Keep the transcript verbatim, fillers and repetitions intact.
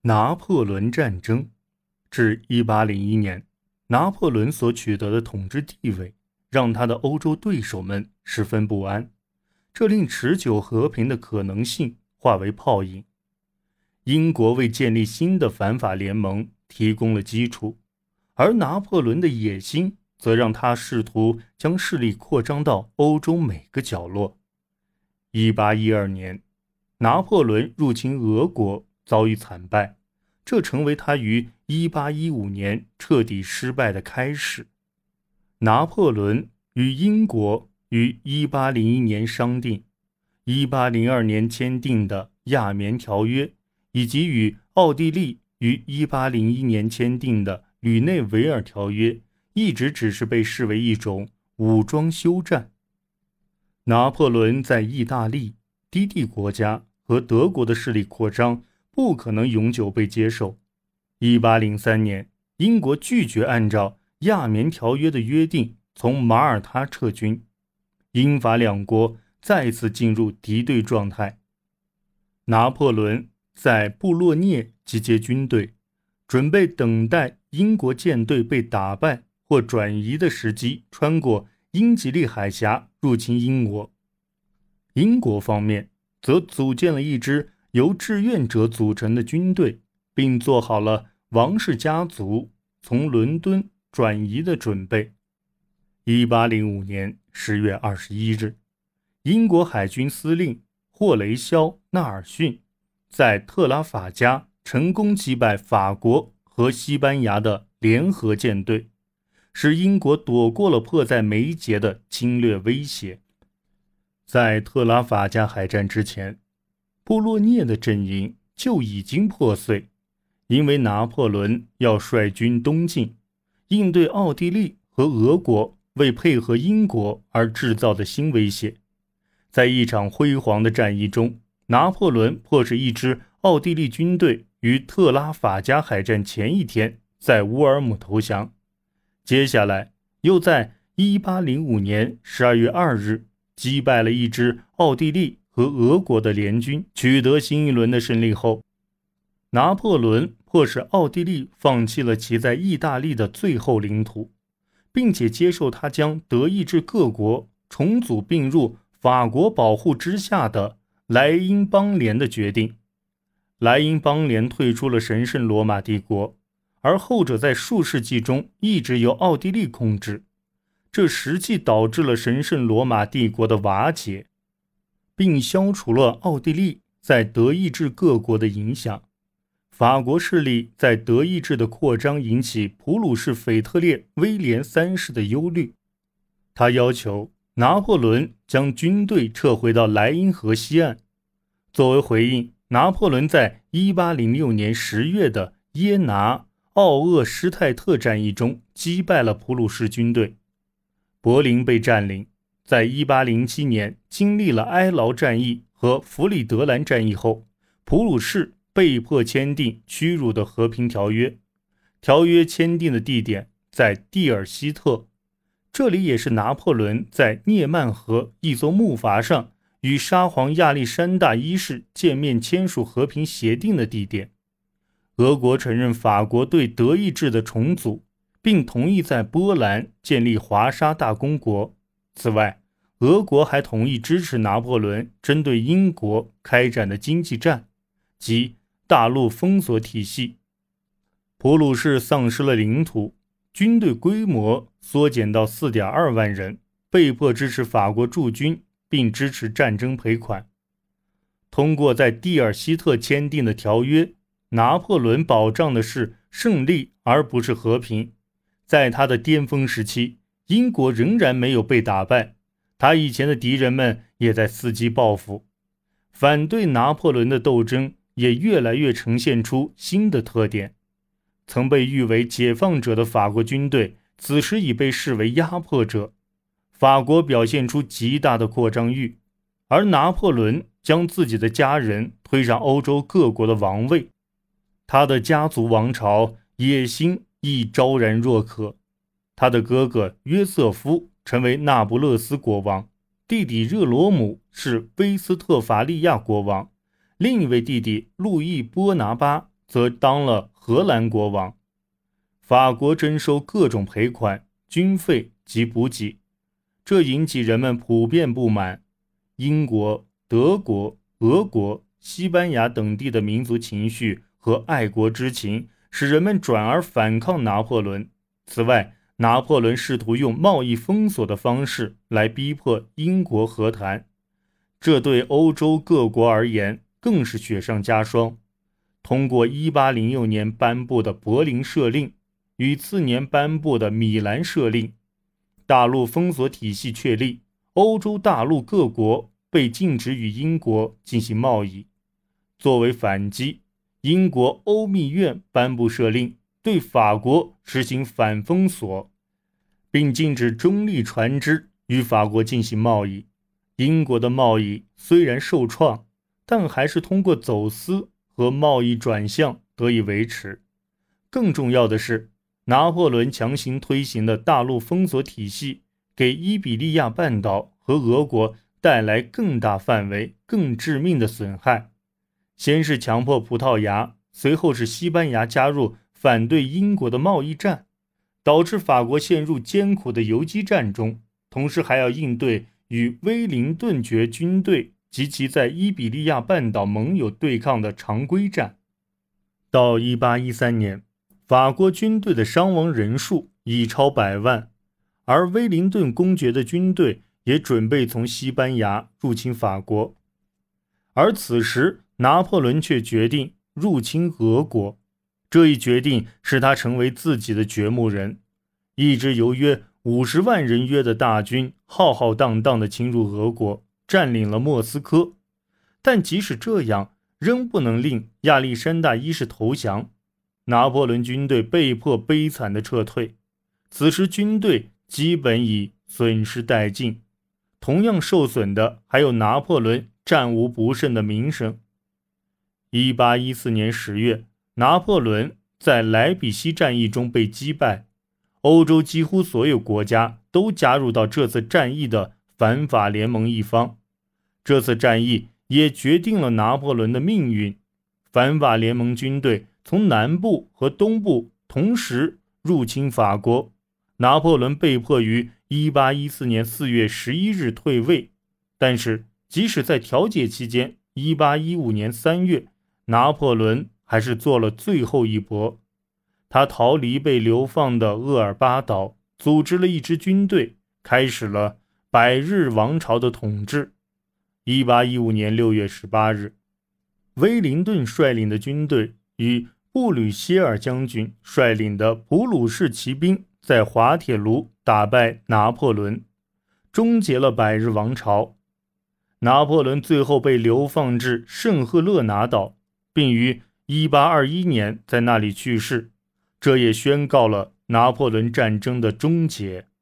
拿破仑战争至一八零一年，拿破仑所取得的统治地位让他的欧洲对手们十分不安，这令持久和平的可能性化为泡影。英国为建立新的反法联盟提供了基础，而拿破仑的野心则让他试图将势力扩张到欧洲每个角落。一八一二年，拿破仑入侵俄国遭遇惨败，这成为他于一八一五年彻底失败的开始。拿破仑与英国于一八零一年商定，一八零二年签订的亚眠条约，以及与奥地利于一八零一年签订的吕内维尔条约，一直只是被视为一种武装休战。拿破仑在意大利、低地国家和德国的势力扩张不可能永久被接受。一八零三年，英国拒绝按照亚眠条约的约定从马耳他撤军，英法两国再次进入敌对状态。拿破仑在布洛涅集结军队，准备等待英国舰队被打败或转移的时机，穿过英吉利海峡入侵英国。英国方面则组建了一支由志愿者组成的军队，并做好了王室家族从伦敦转移的准备。一八零五年十月二十一日，英国海军司令霍雷肖·纳尔逊在特拉法加成功击败法国和西班牙的联合舰队，使英国躲过了迫在眉睫的侵略威胁。在特拉法加海战之前，布洛涅的阵营就已经破碎，因为拿破仑要率军东进，应对奥地利和俄国为配合英国而制造的新威胁。在一场辉煌的战役中，拿破仑迫使一支奥地利军队于特拉法加海战前一天在乌尔姆投降，接下来又在一八零五年十二月二日击败了一支奥地利和俄国的联军，取得新一轮的胜利后，拿破仑迫使奥地利放弃了其在意大利的最后领土，并且接受他将德意志各国重组并入法国保护之下的莱茵邦联的决定。莱茵邦联退出了神圣罗马帝国，而后者在数世纪中一直由奥地利控制，这实际导致了神圣罗马帝国的瓦解，并消除了奥地利在德意志各国的影响。法国势力在德意志的扩张引起普鲁士腓特烈威廉三世的忧虑，他要求拿破仑将军队撤回到莱茵河西岸。作为回应，拿破仑在一八零六年十月的耶拿奥厄施泰特战役中击败了普鲁士军队。柏林被占领，在一八零七年经历了埃劳战役和弗里德兰战役后，普鲁士被迫签订屈辱的和平条约。条约签订的地点在蒂尔希特，这里也是拿破仑在涅曼河一艘木筏上与沙皇亚历山大一世见面签署和平协定的地点。俄国承认法国对德意志的重组，并同意在波兰建立华沙大公国。此外，俄国还同意支持拿破仑针对英国开展的经济战，即大陆封锁体系。普鲁士丧失了领土，军队规模缩减到 四点二万人，被迫支持法国驻军并支持战争赔款。通过在蒂尔希特签订的条约，拿破仑保障的是胜利而不是和平。在他的巅峰时期，英国仍然没有被打败，他以前的敌人们也在伺机报复。反对拿破仑的斗争也越来越呈现出新的特点。曾被誉为解放者的法国军队此时已被视为压迫者。法国表现出极大的扩张欲，而拿破仑将自己的家人推上欧洲各国的王位，他的家族王朝野心亦昭然若渴。他的哥哥约瑟夫成为那不勒斯国王，弟弟热罗姆是威斯特伐利亚国王，另一位弟弟路易波拿巴则当了荷兰国王。法国征收各种赔款、军费及补给，这引起人们普遍不满。英国、德国、俄国、西班牙等地的民族情绪和爱国之情使人们转而反抗拿破仑。此外，拿破仑试图用贸易封锁的方式来逼迫英国和谈，这对欧洲各国而言更是雪上加霜。通过一八零六年颁布的柏林设令与次年颁布的米兰设令，大陆封锁体系确立，欧洲大陆各国被禁止与英国进行贸易。作为反击，英国欧密院颁布设令，对法国实行反封锁，并禁止中立船只与法国进行贸易。英国的贸易虽然受创，但还是通过走私和贸易转向得以维持。更重要的是，拿破仑强行推行的大陆封锁体系给伊比利亚半岛和俄国带来更大范围、更致命的损害。先是强迫葡萄牙，随后是西班牙加入反对英国的贸易战，导致法国陷入艰苦的游击战中，同时还要应对与威灵顿爵军队及其在伊比利亚半岛盟友对抗的常规战。到一八一三年，法国军队的伤亡人数已超百万，而威灵顿公爵的军队也准备从西班牙入侵法国。而此时，拿破仑却决定入侵俄国，这一决定使他成为自己的掘墓人。一支由约五十万人约的大军浩浩荡荡地侵入俄国，占领了莫斯科。但即使这样，仍不能令亚历山大一世投降。拿破仑军队被迫悲惨地撤退，此时军队基本已损失殆尽。同样受损的还有拿破仑战无不胜的名声。一八一四年十月，拿破仑在莱比锡战役中被击败，欧洲几乎所有国家都加入到这次战役的反法联盟一方。这次战役也决定了拿破仑的命运。反法联盟军队从南部和东部同时入侵法国，拿破仑被迫于一八一四年四月十一日退位。但是即使在调解期间，一八一五年三月，拿破仑还是做了最后一搏。他逃离被流放的厄尔巴岛，组织了一支军队，开始了百日王朝的统治。一八一五年六月十八日，威灵顿率领的军队与布吕歇尔将军率领的普鲁士骑兵在滑铁卢打败拿破仑，终结了百日王朝。拿破仑最后被流放至圣赫勒拿岛，并于一八二一年在那里去世，这也宣告了拿破仑战争的终结。